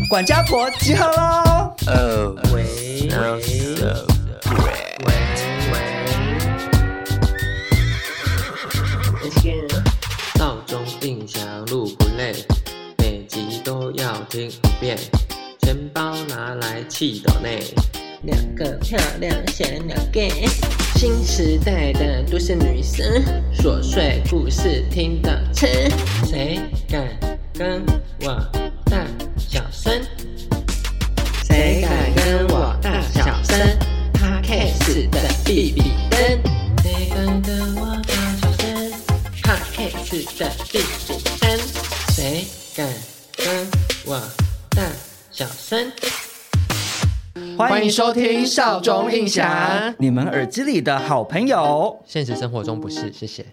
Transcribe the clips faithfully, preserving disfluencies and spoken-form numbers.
管家婆集合喽！ 哦， 喂喂喂喂， 闹钟印象录不累，每集都要听一遍，钱包拿来气斗内，两个漂亮小鸟 gay， 新时代的都市女生，琐碎故事听得吃，谁敢跟我大小声？谁敢跟我大小声 ？Podcast 的比比登，谁敢跟我大小声 ？Podcast 的比比登，谁敢跟我大小声？ 欢迎收听少中印象，你们耳机里的好朋友。 现实生活中不是，谢谢。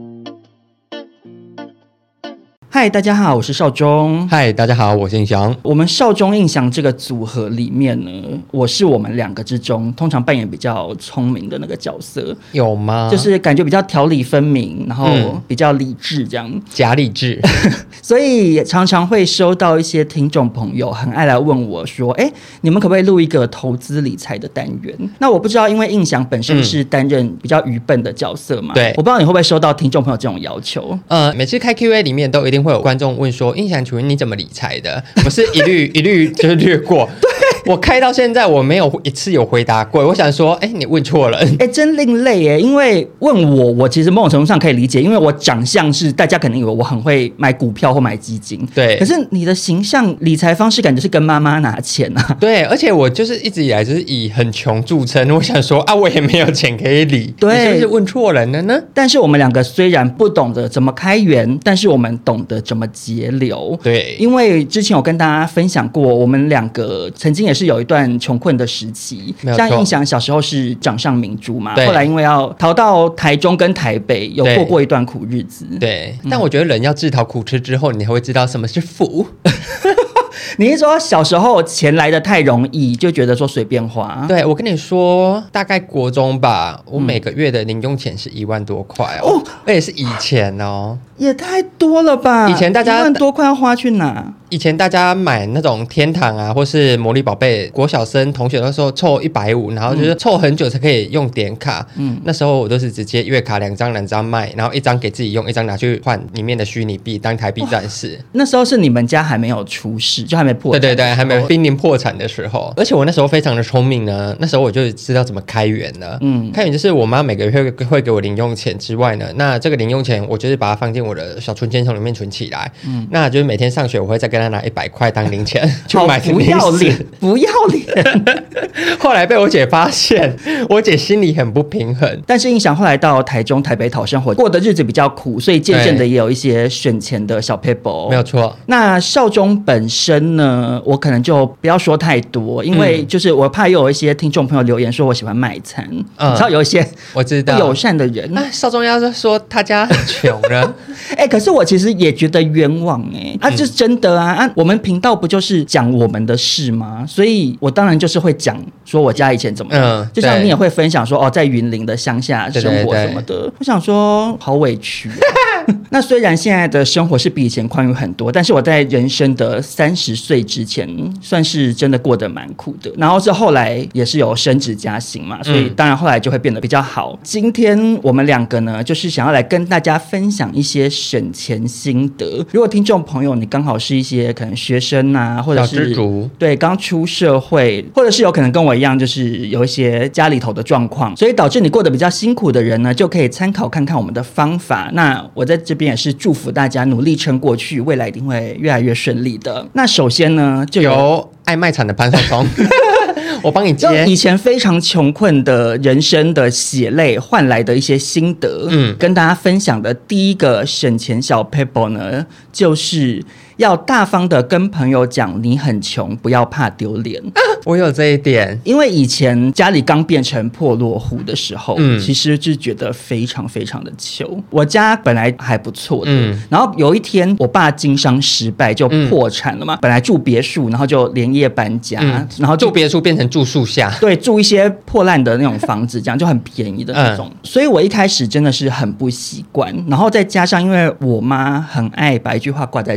嗨，大家好，我是少中。 嗨，大家好，我是印翔。 我们少中印象这个组合里面呢，我是我们两个之中通常扮演比较聪明的那个角色。 有吗？ 就是感觉比较条理分明，然后比较理智这样。 嗯、假理智。 所以常常会收到一些听众朋友很爱来问我说，哎，你们可不可以录一个投资理财的单元？那我不知道，因为印象本身是担任比较愚笨的角色嘛， 对， 我不知道你会不会收到听众朋友这种要求。 呃，每次开 Q A 里面都一定会有观众问说，印象请问你怎么理财的？我是一律一律就是略过。对，我开到现在我没有一次有回答过。我想说，哎，你问错了。 哎，真另类耶！因为问我，我其实某种程度上可以理解，因为我长相是大家可能以为我很会买股票或买基金， 对。 可是你的形象、理财方式感觉是跟妈妈拿钱啊。 对，而且我就是一直以来就是以很穷著称。我想说啊，我也没有钱可以理， 对， 你是不是问错人了呢？ 但是我们两个虽然不懂得怎么开源，但是我们懂得怎么节流。 对， 因为之前有跟大家分享过，我们两个曾经也是有一段穷困的时期。像印象小时候是掌上明珠嘛，后来因为要逃到台中跟台北，有过过一段苦日子。 对，嗯、但我觉得人要自讨苦吃之后，你才会知道什么是福。 你是说小时候钱来的太容易，就觉得说随便花？ 对，我跟你说，大概国中吧，我每个月的零用钱是一万多块哦，哦而且是以前哦， 也太多了吧？ 以前大家一万多块要花去哪？ 以前大家买那种天堂啊，或是魔力宝贝，国小生同学那时候凑一百五，然后就是凑很久才可以用点卡。嗯，那时候我都是直接月卡两张两张卖，然后一张给自己用，一张拿去换里面的虚拟币当台币战士。 那时候是你们家还没有出事，就还没破产。 对对对，还没濒临破产的时候。而且我那时候非常的聪明呢，那时候我就知道怎么开源了。嗯，开源就是我妈每个月会给我零用钱之外呢，那这个零用钱我就是把它放进我的小存钱筒里面存起来。嗯，那就是每天上学我会再跟他拿一百块当零钱去买零食。 不要脸，不要脸！ 后来被我姐发现，我姐心里很不平衡。 但是印象后来到台中、台北讨生活，过的日子比较苦，所以渐渐的也有一些省钱的小 paper。 没有错。 那少中本身呢，我可能就不要说太多，因为就是我怕又有一些听众朋友留言说我喜欢卖惨，嗯、你知道有一些我知道不友善的人。 那少中要是说他家很穷了， 哎、欸，可是我其实也觉得冤枉哎、欸，啊，这是真的啊啊！我们频道不就是讲我们的事吗？所以我当然就是会讲说我家以前怎么样，嗯、就像你也会分享说哦，在云林的乡下生活什么的。对对对，我想说好委屈、啊。那虽然现在的生活是比以前宽裕很多，但是我在人生的三十岁之前，算是真的过得蛮苦的。然后是后来也是有升职加薪嘛，所以当然后来就会变得比较好。嗯、今天我们两个呢，就是想要来跟大家分享一些省钱心得。如果听众朋友你刚好是一些可能学生啊，或者是对刚出社会，或者是有可能跟我一样，就是有一些家里头的状况，所以导致你过得比较辛苦的人呢，就可以参考看看我们的方法。那我在这边也是祝福大家努力撑过去，未来一定会越来越顺利的。那首先呢，就有, 有爱卖惨的潘少聪。我帮你接以前非常穷困的人生的血泪换来的一些心得，嗯，跟大家分享的第一个省钱小 paper 呢，就是要大方的跟朋友讲你很穷，不要怕丢脸。啊、 我有这一点， 因为以前家里刚变成破落户的时候，嗯，其实就觉得非常非常的穷。我家本来还不错的，嗯，然后有一天我爸经商失败就破产了嘛，嗯、本来住别墅，然后就连夜搬家，嗯、然后住别墅变成住树下， 对，住一些破烂的那种房子，这样就很便宜的那种。嗯、所以我一开始真的是很不习惯，然后再加上因为我妈很爱把一句话挂在嘴边。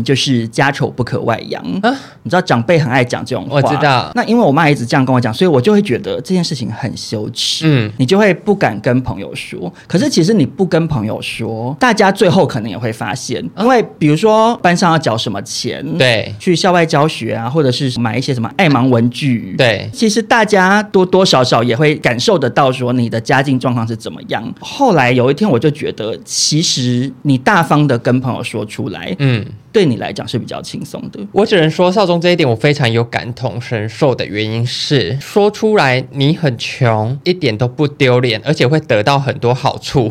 就是家丑不可外扬啊，你知道长辈很爱讲这种话， 我知道。 那因为我妈一直这样跟我讲，所以我就会觉得这件事情很羞耻，嗯，你就会不敢跟朋友说。可是其实你不跟朋友说，大家最后可能也会发现，因为比如说班上要缴什么钱， 对， 去校外教学啊，或者是买一些什么爱盲文具， 对， 其实大家多多少少也会感受得到说你的家境状况是怎么样。后来有一天我就觉得，其实你大方的跟朋友说出来，嗯，对你来讲是比较轻松的。 我只能说少宗这一点我非常有感同身受的原因是，说出来你很穷一点都不丢脸，而且会得到很多好处。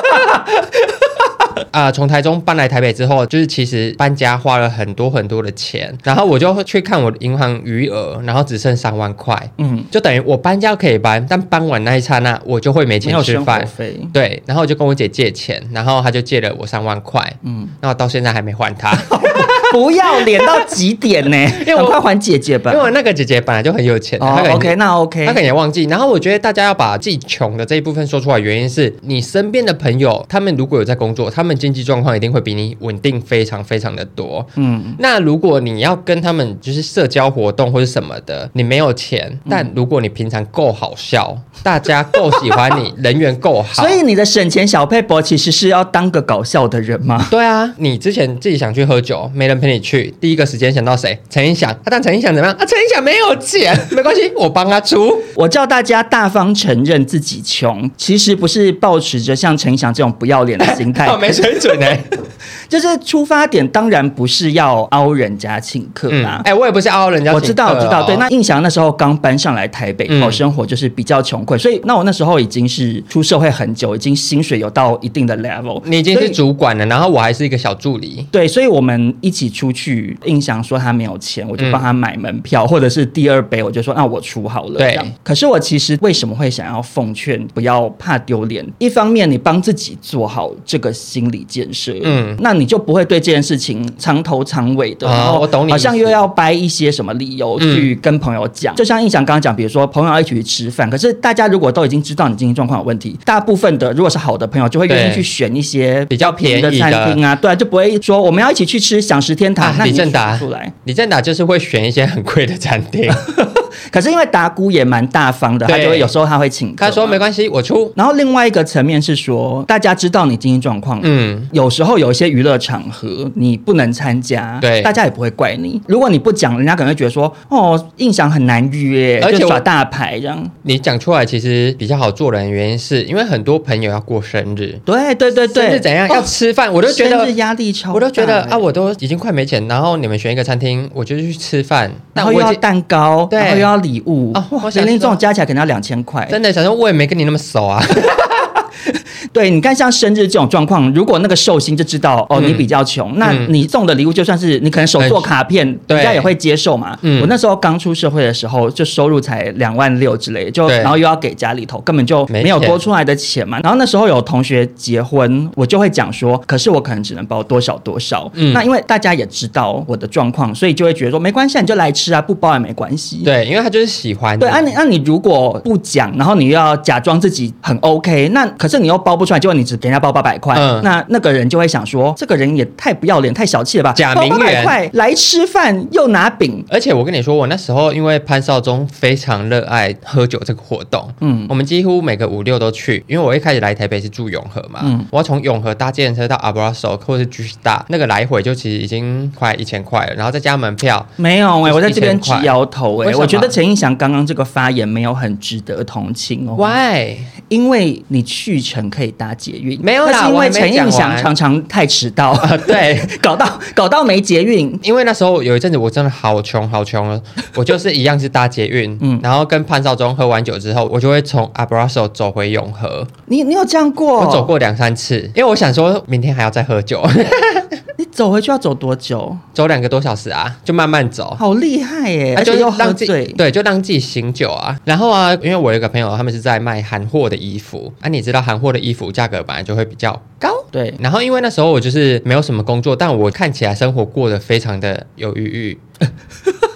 啊、呃，从台中搬来台北之后，就是其实搬家花了很多很多的钱，然后我就去看我的银行余额，然后只剩三万块，嗯，就等于我搬家可以搬，但搬完那一刹那我就会没钱吃饭，对，然后我就跟我姐借钱，然后她就借了我三万块，嗯，然后到现在还没还她。 不要脸到极点呢、欸！赶快还姐姐吧。 因为那个姐姐本来就很有钱， 哦、 她 OK， 那 OK， 她可能也忘记。然后我觉得大家要把自己穷的这一部分说出来，原因是你身边的朋友，他们如果有在工作，他们经济状况一定会比你稳定非常非常的多。嗯，那如果你要跟他们就是社交活动或者什么的，你没有钱，但如果你平常够好笑，大家够喜欢你，人缘够好， 所以你的省钱小撇步其实是要当个搞笑的人吗？ 对啊，你之前自己想去喝酒，没人陪你去，第一个时间想到谁？陈英祥。啊，但陈英祥怎么样？啊，陈英祥没有钱，没关系，我帮他出。 我叫大家大方承认自己穷，其实不是抱持着像陈英祥这种不要脸的心态， 没水准哎、欸。 就是出发点当然不是要凹人家请客啦。 哎、嗯欸，我也不是凹人家请客、哦。 我知道，我知道。对，那印象那时候刚搬上来台北，嗯、好生活就是比较穷困，所以那我那时候已经是出社会很久，已经薪水有到一定的 level。 你已经是主管了，然后我还是一个小助理。 对，所以我们一起出去，印象说他没有钱，我就帮他买门票，嗯、或者是第二杯，我就说那我出好了。对。可是我其实为什么会想要奉劝不要怕丢脸？一方面你帮自己做好这个心理建设，嗯，那你就不会对这件事情长头长尾的，然后好像又要掰一些什么理由去跟朋友讲。就像印象刚刚讲，比如说朋友要一起去吃饭，可是大家如果都已经知道你经济状况有问题，大部分的如果是好的朋友，就会愿意去选一些比较便宜的餐厅啊，对啊，就不会说我们要一起去吃享食天堂。啊、那你选出来， 李正达就是会选一些很贵的餐厅。 可是因为达姑也蛮大方的，他就会有时候他会请客， 他说没关系我出。 然后另外一个层面是说，大家知道你经济状况，嗯，有时候有一些娱乐场合你不能参加，对，大家也不会怪你。如果你不讲，人家可能会觉得说，哦，印象很难约，而且就耍大牌这样。 你讲出来其实比较好做人的原因是因为很多朋友要过生日， 对对对对， 生日怎样、哦、要吃饭，我都觉得生日压力超大， 我都觉得啊，我都已经快没钱，然后你们选一个餐厅，我就去吃饭， 然后又要蛋糕， 对， 然后又要礼物。哦，哇，连这种加起来可能要两千块， 真的想说我也没跟你那么熟啊。 对，你看像生日这种状况，如果那个寿星就知道哦，你比较穷，嗯、那你送的礼物就算是你可能手做卡片，嗯、人家也会接受嘛。嗯、我那时候刚出社会的时候，就收入才两万六之类，就然后又要给家里头，根本就没有多出来的钱嘛。然后那时候有同学结婚，我就会讲说，可是我可能只能包多少多少。嗯、那因为大家也知道我的状况，所以就会觉得说没关系，你就来吃啊，不包也没关系。 对，因为他就是喜欢。 对，那、啊、你那、啊、你如果不讲，然后你又要假装自己很 OK， 那可是你又包不出来，结果你只给人家包八百块，嗯、那那个人就会想说，这个人也太不要脸、太小气了吧？ 假名媛， 包八百块来吃饭又拿饼。 而且我跟你说，我那时候因为潘少宗非常热爱喝酒这个活动，嗯，我们几乎每个五六都去。因为我一开始来台北是住永和嘛，嗯，我要从永和搭计程车到 Abrazo 或是 G 大，那个来回就其实已经快一千块了，然后再加门票。 没有哎、欸，我在这边直摇头哎、欸，我觉得陈印祥刚刚这个发言没有很值得同情哦。 Why？ 因为你去程可以搭捷运， 没有啦， 那是因为陈印祥常常太迟到， 呃、对， 搞到搞到没捷运。 因为那时候有一阵子我真的好穷好穷了，我就是一样是搭捷运，嗯，然后跟潘少宗喝完酒之后，我就会从 Abrazo 走回永和。 你你有这样过？ 我走过两三次，因为我想说明天还要再喝酒。 你走回去要走多久？ 走两个多小时啊，就慢慢走。 好厉害耶！而且又喝醉， 对，就让自己醒酒啊。然后啊，因为我有一个朋友，他们是在卖韩货的衣服啊，你知道韩货的衣服价格本来就会比较高， 对。 然后因为那时候我就是没有什么工作，但我看起来生活过得非常的有余裕。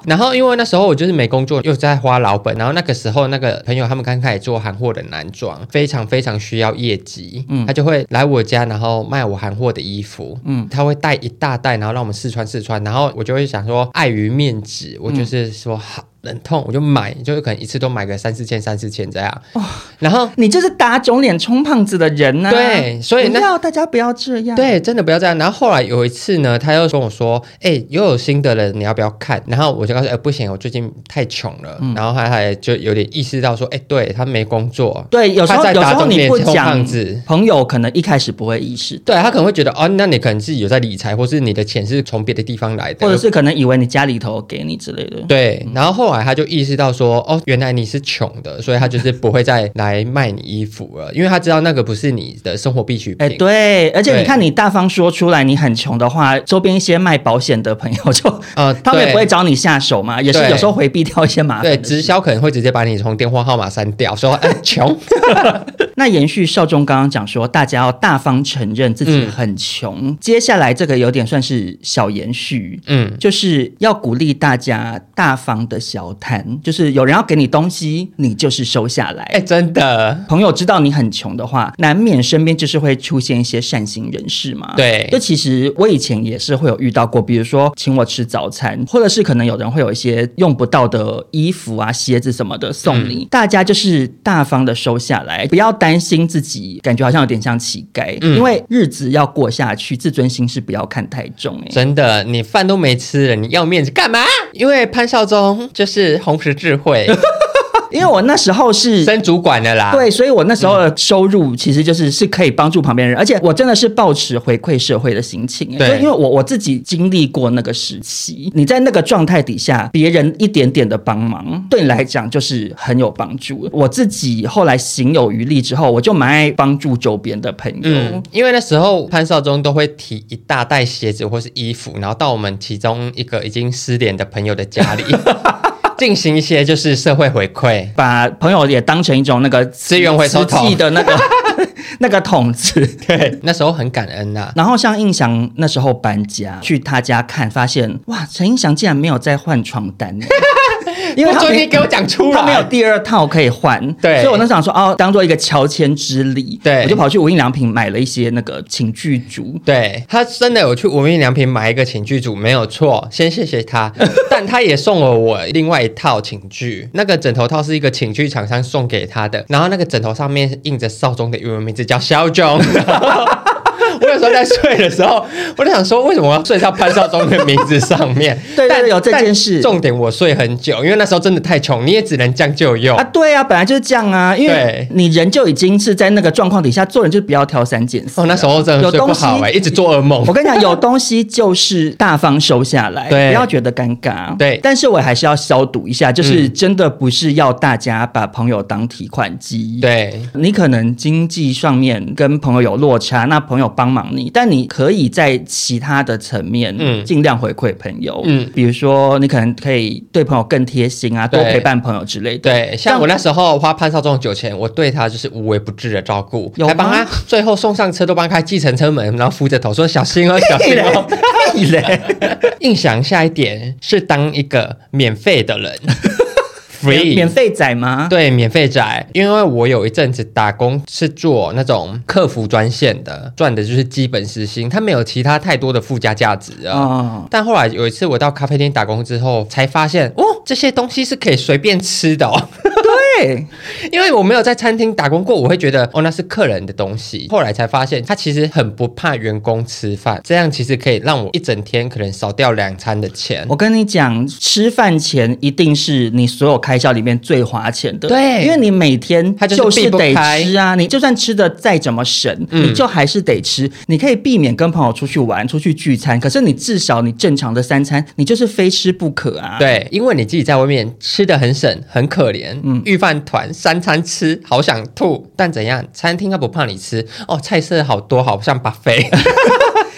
然后因为那时候我就是没工作，又在花老本，然后那个时候那个朋友他们刚开始做韩货的男装，非常非常需要业绩，嗯，他就会来我家，然后卖我韩货的衣服，嗯，他会带一大袋，然后让我们试穿试穿，然后我就会想说，碍于面子，我就是说好。忍痛我就买，就可能一次都买个三四千三四千这样、哦、然后你就是打肿脸充胖子的人啊， 对，所以不要大家不要这样， 对，真的不要这样。然后后来有一次呢，他又跟我说哎、欸，又有新的人你要不要看，然后我就告诉哎、欸、不行，我最近太穷了、嗯、然后他还就有点意识到说哎、欸，对，他没工作， 对，有时候有时候你不讲，朋友可能一开始不会意识到， 对，他可能会觉得哦，那你可能自己有在理财，或是你的钱是从别的地方来的， 或者是可能以为你家里头给你之类的， 对，然后后来他就意识到说哦，原来你是穷的，所以他就是不会再来卖你衣服了，因为他知道那个不是你的生活必需品。哎、欸， 对，而且你看你大方说出来你很穷的话，周边一些卖保险的朋友就，呃，他们也不会找你下手嘛，也是有时候回避掉一些麻烦。 对，直销可能会直接把你从电话号码删掉，说哎穷。 那延续少中刚刚讲说，大家要大方承认自己很穷、嗯，接下来这个有点算是小延续，嗯，就是要鼓励大家大方的小谈，就是有人要给你东西，你就是收下来。 哎、欸，真的， 朋友知道你很穷的话，难免身边就是会出现一些善心人士嘛。 对， 就其实我以前也是会有遇到过，比如说请我吃早餐，或者是可能有人会有一些用不到的衣服啊、鞋子什么的送你、嗯，大家就是大方的收下来，不要担心自己感觉好像有点像乞丐、嗯，因为日子要过下去，自尊心是不要看太重、欸。 真的，你饭都没吃了，你要面子干嘛？因为潘少忠就是红十字会。 因为我那时候是升主管的啦， 对，所以我那时候的收入其实就是是可以帮助旁边人，而且我真的是抱持回馈社会的心情，对，因为我我自己经历过那个时期，你在那个状态底下，别人一点点的帮忙，对你来讲就是很有帮助。我自己后来行有余力之后，我就蛮爱帮助周边的朋友，嗯， 因为那时候潘少忠都会提一大袋鞋子或是衣服，然后到我们其中一个已经失联的朋友的家里。进行一些就是社会回馈， 把朋友也当成一种那个资源回收桶的那个那个桶子， 对，那时候很感恩啊。 然后像印翔那时候搬家去他家看，发现哇，陈印翔竟然没有在换床单。因为他没给我讲出来， 他没有第二套可以换，对，所以我那时候想说哦，当做一个乔迁之礼，对，我就跑去无印良品买了一些那个寝具组， 对，他真的有去无印良品买一个寝具组，没有错，先谢谢他，但他也送了我另外一套寝具，那个枕头套是一个寝具厂商送给他的，然后那个枕头上面印着少中的英文名字叫小钟。我有时候在睡的时候，我就想说，为什么我要睡到潘少忠的名字上面？ 对，但有这件事。 重点我睡很久，因为那时候真的太穷，你也只能将就用啊。对啊，本来就是这样啊，因为你人就已经是在那个状况底下，做人就不要挑三拣四、啊。 哦，那时候真的睡不好哎、欸，一直做噩梦。 我跟你讲，有东西就是大方收下来，不要觉得尴尬。 对， 但是我还是要消毒一下，就是真的不是要大家把朋友当提款机。 对， 你可能经济上面跟朋友有落差，那朋友帮忙你，但你可以在其他的层面尽量回馈朋友，嗯，比如说你可能可以对朋友更贴心啊，多陪伴朋友之类的。 对，像我那时候花潘少忠的酒钱，我对他就是无微不至的照顾，还帮他最后送上车，都帮他开计程车门，然后扶着头说小心哦，小心哦。印象下一点是当一个免费的人。 Free 免费仔吗？ 对，免费仔。因为我有一阵子打工是做那种客服专线的，赚的就是基本时薪，它没有其他太多的附加价值啊、哦。但后来有一次我到咖啡店打工之后，才发现哦，这些东西是可以随便吃的哦。 对， 因为我没有在餐厅打工过，我会觉得哦那是客人的东西。后来才发现，他其实很不怕员工吃饭，这样其实可以让我一整天可能少掉两餐的钱。 我跟你讲，吃饭钱一定是你所有开销里面最花钱的。 对， 因为你每天就是得吃啊，你就算吃的再怎么省、嗯，你就还是得吃。你可以避免跟朋友出去玩、出去聚餐，可是你至少你正常的三餐，你就是非吃不可啊。 对，因为你自己在外面吃的很省，很可怜。嗯，御饭团三餐吃，好想吐。但怎样？餐厅他不怕你吃哦，菜色好多，好像 buffet。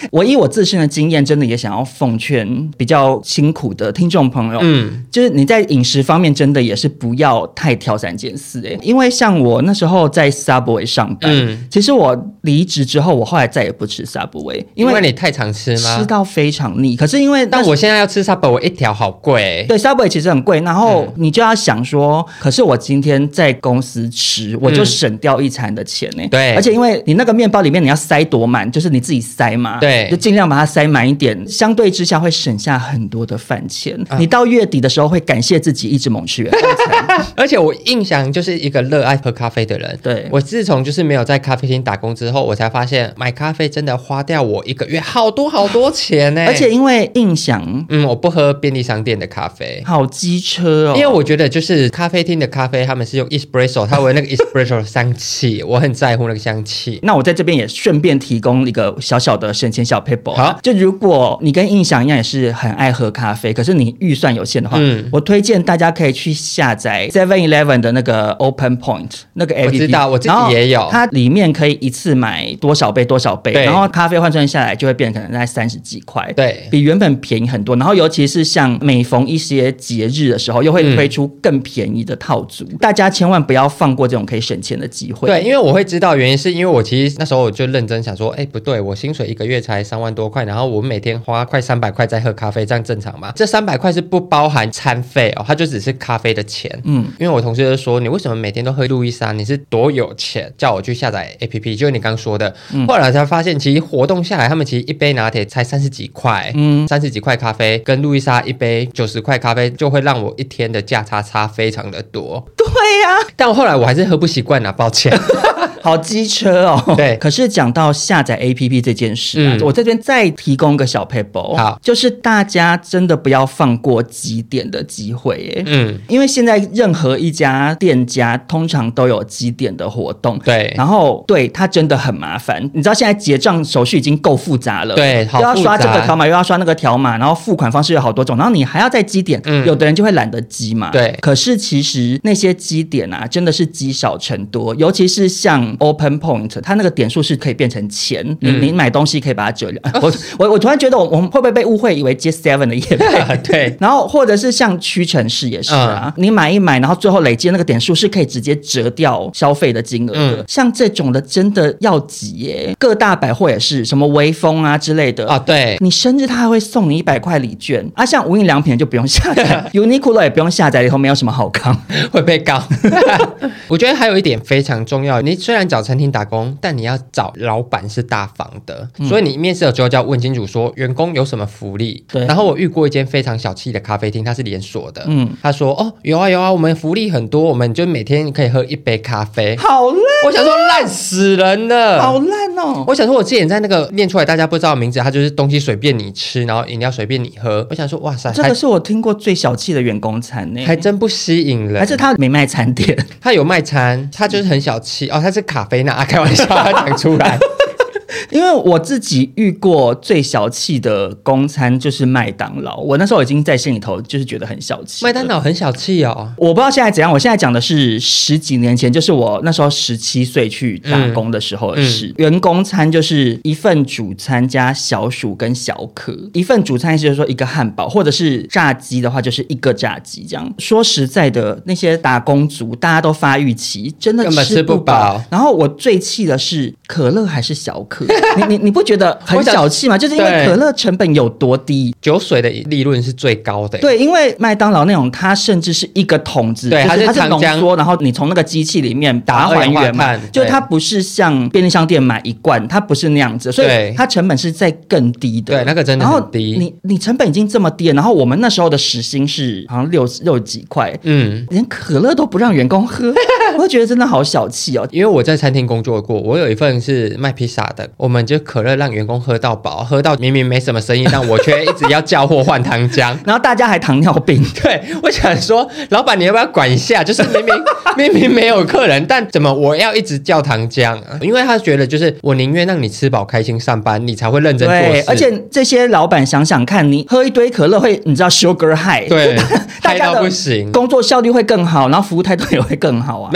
我以我自身的经验，真的也想要奉劝比较辛苦的听众朋友，嗯，就是你在饮食方面真的也是不要太挑三拣四哎，因为像我那时候在 Subway 上班，嗯，其实我离职之后，我后来再也不吃 Subway， 因为, 因为你太常吃吗？ 吃到非常腻。可是因为， 但我现在要吃 Subway， 一条好贵、欸。 对 ，Subway 其实很贵，然后你就要想说，可是我今天在公司吃，我就省掉一餐的钱呢、欸。 对， 而且因为你那个面包里面你要塞多满，就是你自己塞嘛， 对， 就尽量把它塞满一点，相对之下会省下很多的饭钱。嗯、你到月底的时候会感谢自己一直猛吃原餐。 而且我印象就是一个热爱喝咖啡的人， 对我自从就是没有在咖啡厅打工之后，我才发现买咖啡真的花掉我一个月好多好多钱呢、欸。 而且因为印象， 嗯，我不喝便利商店的咖啡， 好机车哦。 因为我觉得就是咖啡厅的咖啡，他们是用 espresso， 它有那个 espresso 的香气，我很在乎那个香气。 那我在这边也顺便提供一个小小的省钱小 paper。 好， 就如果你跟印象一样也是很爱喝咖啡，可是你预算有限的话，嗯，我推荐大家可以去下载 seven eleven 的那个 Open Point 那个 A P P。 我知道，我自己也有。 它里面可以一次买多少杯多少杯，然后咖啡换算下来就会变成可能在三十几块， 对， 比原本便宜很多。然后尤其是像每逢一些节日的时候，又会推出更便宜的套组，嗯、大家千万不要放过这种可以省钱的机会。 对，因为我会知道原因，是因为我其实那时候我就认真想说，哎，不对，我薪水一个月才三万多块，然后我每天花快三百块在喝咖啡，这样正常吗？这三百块是不包含餐费哦，它就只是咖啡的钱。嗯，因为我同事就说，你为什么每天都喝路易莎？你是多有钱？叫我去下载 A P P， 就是你刚说的。嗯、后来才发现，其实活动下来，他们其实一杯拿铁才三十几块，嗯，三十几块咖啡跟路易莎一杯九十块咖啡，就会让我一天的价差差非常的多。 对呀、啊， 但我后来我还是喝不习惯啊，抱歉。 好机车哦。 对， 可是讲到下载 A P P 这件事啊，嗯、我这边再提供个小 paper， 好， 就是大家真的不要放过集点的机会耶。嗯，因为现在任何一家店家通常都有集点的活动， 对， 然后对它真的很麻烦。你知道现在结账手续已经够复杂了， 对，好复杂， 又要刷这个条码，又要刷那个条码，然后付款方式有好多种，然后你还要再积点，嗯、有的人就会懒得积嘛。 对， 可是其实那些积点啊，真的是积少成多，尤其是像 Open Point， 它那个点数是可以变成钱，嗯、你你买东西可以把它折掉。我我我突然觉得我我们会不会被误会以为接 Seven 的业配？ 对， 然后或者是像屈臣氏也是啊，嗯、你买一买，然后最后累积那个点数是可以直接折掉消费的金额的。嗯、像这种的真的要急耶，各大百货也是，什么微风啊之类的啊，对， 你生日他还会送你一百块礼券啊，像无印良品就不用下载，Uniqlo 也不用下载，以后没有什么好康， 会被告。我觉得还有一点非常重要，你虽然找餐厅打工，但你要找老板是大方的，嗯、所以你面试的时候就要问清楚说员工有什么福利。对，然后我遇过一间非常小气的咖啡厅，它是连锁的，嗯，他说哦有啊有啊，我们福利很多，我们就每天可以喝一杯咖啡， 好烂， 我想说烂死人了， 好烂哦！ 我想说我之前在那个念出来大家不知道的名字，它就是东西随便你吃，然后饮料随便你喝，我想说哇塞， 这个是我听过最小气的员工餐呢， 还真不吸引人， 还是他没卖餐点？ 他有卖餐，他就是很小气哦，他是卡菲娜，开玩笑，他讲出来。 因为我自己遇过最小气的公餐就是麦当劳，我那时候已经在心里头就是觉得很小气。 麦当劳很小气哦， 我不知道现在怎样，我现在讲的是十几年前，就是我那时候十七岁去打工的时候的事。嗯嗯、员工餐就是一份主餐加小薯跟小可，一份主餐就是说一个汉堡，或者是炸鸡的话就是一个炸鸡这样。说实在的，那些打工族大家都发育期，真的吃不饱。根本吃不饱。然后我最气的是可乐还是小可。你你你不觉得很小气吗？就是因为可乐成本有多低， 酒水的利润是最高的。 对，因为麦当劳那种，它甚至是一个桶子， 对， 就是、 它是浓缩，然后你从那个机器里面把它还原嘛，就它不是像便利商店买一罐，它不是那样子，所以它成本是在更低的。 对，那个真的很低。 你你成本已经这么低了，然后我们那时候的时薪是好像六六几块，嗯，连可乐都不让员工喝，我会觉得真的好小气哦。 因为我在餐厅工作过，我有一份是卖披萨的，我们就可乐让员工喝到饱，喝到明明没什么生意，但我却一直要叫货换糖浆， 然后大家还糖尿病。 对，我想说，老板你要不要管一下？就是明明明明没有客人，但怎么我要一直叫糖浆啊？因为他觉得就是我宁愿让你吃饱开心上班，你才会认真做事。 对，而且这些老板想想看，你喝一堆可乐会，你知道 sugar high， 对，大家的不行， 工作效率会更好，然后服务态度也会更好啊。 没有，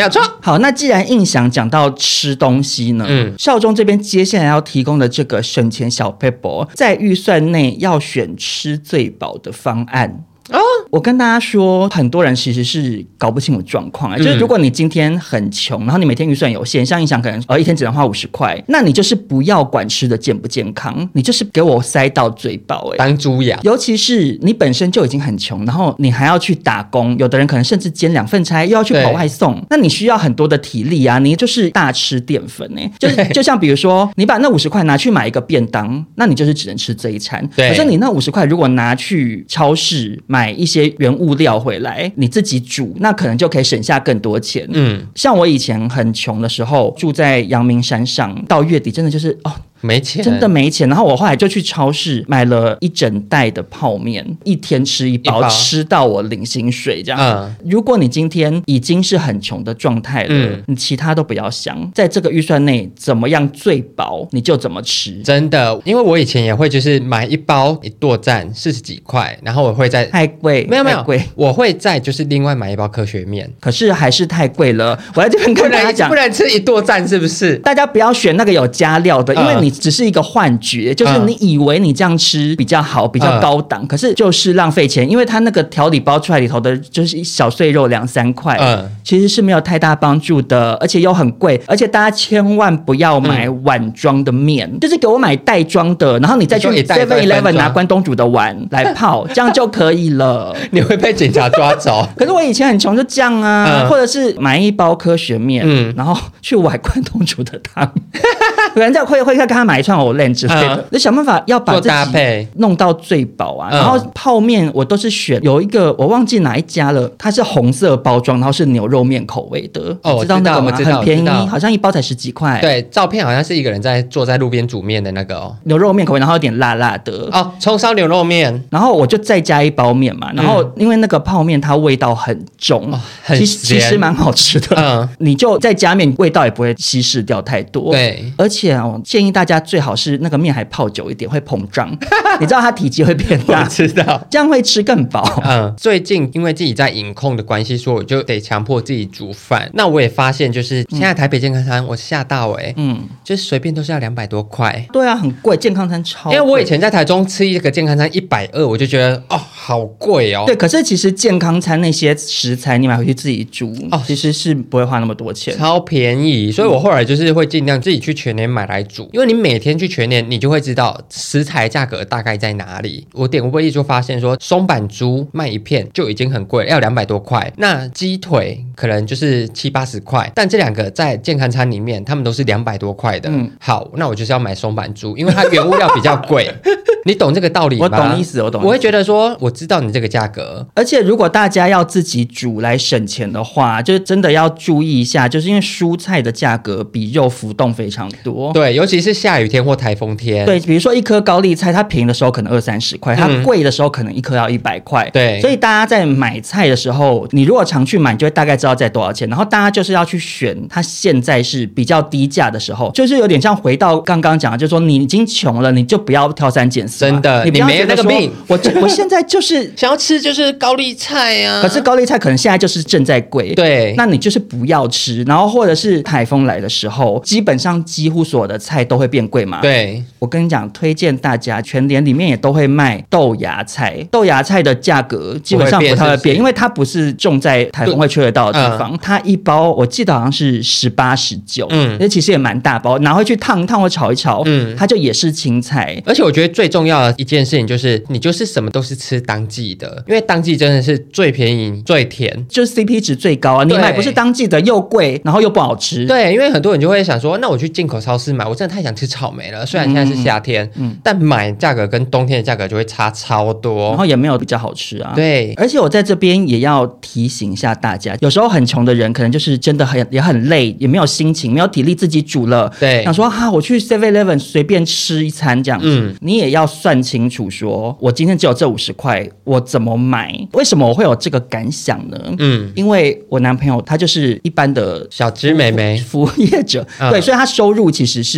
讲错。 好，那既然印象讲到吃东西呢，嗯，少中这边接下来要提供的这个省钱小撇步，在预算内要选吃最饱的方案。哦，我跟大家说，很多人其实是搞不清楚状况、欸嗯、就是如果你今天很穷，然后你每天预算有限，像印象可能呃一天只能花五十块，那你就是不要管吃的健不健康，你就是给我塞到最饱、欸， 当猪养。 尤其是你本身就已经很穷，然后你还要去打工，有的人可能甚至兼两份差，又要去跑外送，那你需要很多的体力啊，你就是大吃淀粉哎、欸，就是就像比如说，你把那五十块拿去买一个便当，那你就是只能吃这一餐。可是你那五十块如果拿去超市买买一些原物料回来，你自己煮，那可能就可以省下更多钱。嗯，像我以前很穷的时候，住在阳明山上，到月底真的就是哦。 没钱， 真的没钱。然后我后来就去超市买了一整袋的泡面，一天吃一包，一包吃到我领薪水这样、嗯、如果你今天已经是很穷的状态了、嗯、你其他都不要想，在这个预算内怎么样最饱你就怎么吃。 真的，因为我以前也会就是买一包一剁站四十几块，然后我会在太贵， 没有没有贵，我会再就是另外买一包科学面， 可是还是太贵了。我在这边跟大家讲， 不能吃一剁站是不是？ 大家不要选那个有加料的，因为你只是一个幻觉，就是你以为你这样吃比较好，比较高档、嗯、可是就是浪费钱，因为它那个调理包出来里头的就是小碎肉两三块、嗯、其实是没有太大帮助的，而且又很贵。而且大家千万不要买碗装的面、嗯、就是给我买袋装的，然后你再去 seven eleven 拿关东煮的碗来泡，这样就可以了。 你会被警察抓走。 可是我以前很穷就这样啊、嗯、或者是买一包科学面、嗯、然后去买关东煮的汤有人在会会跟他买一串藕链之类的，就、嗯、想办法要把自己弄到最饱啊。然后泡面我都是选有一个我忘记哪一家了，它是红色包装，然后是牛肉面口味的。 哦，我知道那个吗？很便宜，好像一包才十几块。 对，照片好像是一个人在坐在路边煮面的那个哦， 牛肉面口味，然后有点辣辣的哦，葱烧牛肉面。然后我就再加一包面嘛，然后因为那个泡面它味道很重，哦、很其实其实蛮好吃的。嗯，你就再加面，味道也不会稀释掉太多。 对， 而且哦，建议大家最好是那个面还泡久一点，会膨胀。你知道它体积会变大， 我知道， 这样会吃更饱。 嗯，最近因为自己在饮控的关系，所以我就得强迫自己煮饭。那我也发现，就是现在台北健康餐，我吓到哎、欸，嗯，就是随便都是要两百多块。 对啊，很贵，健康餐超贵。 因为我以前在台中吃一个健康餐一百二，我就觉得哦，好贵哦。 对，可是其实健康餐那些食材你买回去自己煮，哦，其实是不会花那么多钱， 超便宜。所以我后来就是会尽量自己去全联买来煮，因为你每天去全联，你就会知道食材价格大概在哪里。我点微波一就发现说，松板猪卖一片就已经很贵，要两百多块。那鸡腿可能就是七八十块，但这两个在健康餐里面，他们都是两百多块的。嗯，好，那我就是要买松板猪，因为它原物料比较贵。你懂这个道理吗？ 我懂意思，我懂意思。 我会觉得说，我知道你这个价格， 而且如果大家要自己煮来省钱的话，就真的要注意一下，就是因为蔬菜的价格比肉浮动非常多。 对，尤其是下雨天或台风天。 对，比如说一颗高丽菜，它便宜的时候可能二三十块，它贵的时候可能一颗要一百块。 对， 所以大家在买菜的时候，你如果常去买，你就会大概知道在多少钱。然后大家就是要去选它现在是比较低价的时候，就是有点像回到刚刚讲的，就是说你已经穷了，你就不要挑三拣四。 真的，你不要没有那个病。 我我现在就是想要吃就是高丽菜啊， 可是高丽菜可能现在就是正在贵。 对， 那你就是不要吃。然后或者是台风来的时候，基本上几乎所有的菜都会变贵嘛。 对， 我跟你讲，推荐大家全联里面也都会卖豆芽菜，豆芽菜的价格基本上不太会变，因为它不是种在台风会吹得到的地方。嗯、它一包我记得好像是十八十九，嗯，那其实也蛮大包，拿回去烫一烫或炒一炒，嗯，它就也是青菜。 而且我觉得最重要的一件事情就是，你就是什么都是吃当季的，因为当季真的是最便宜、最甜， 就是 C P 值最高啊！你买不是当季的又贵，然后又不好吃。 对，因为很多人就会想说，那我去进口超市买，我真的太想吃草莓了。虽然现在是夏天，嗯，但买价格跟冬天的价格就会差超多， 然后也没有比较好吃啊。 对， 而且我在这边也要提醒一下大家，有时候很穷的人可能就是真的很也很累，也没有心情，没有体力自己煮了。 对， 想说哈、啊，我去 seven eleven 随便吃一餐这样子，嗯，你也要算清楚说，我今天只有这五十块，我怎么买？为什么我会有这个感想呢？嗯，因为我男朋友他就是一般的小资美眉服务业者，嗯、对，所以他收入其实是不太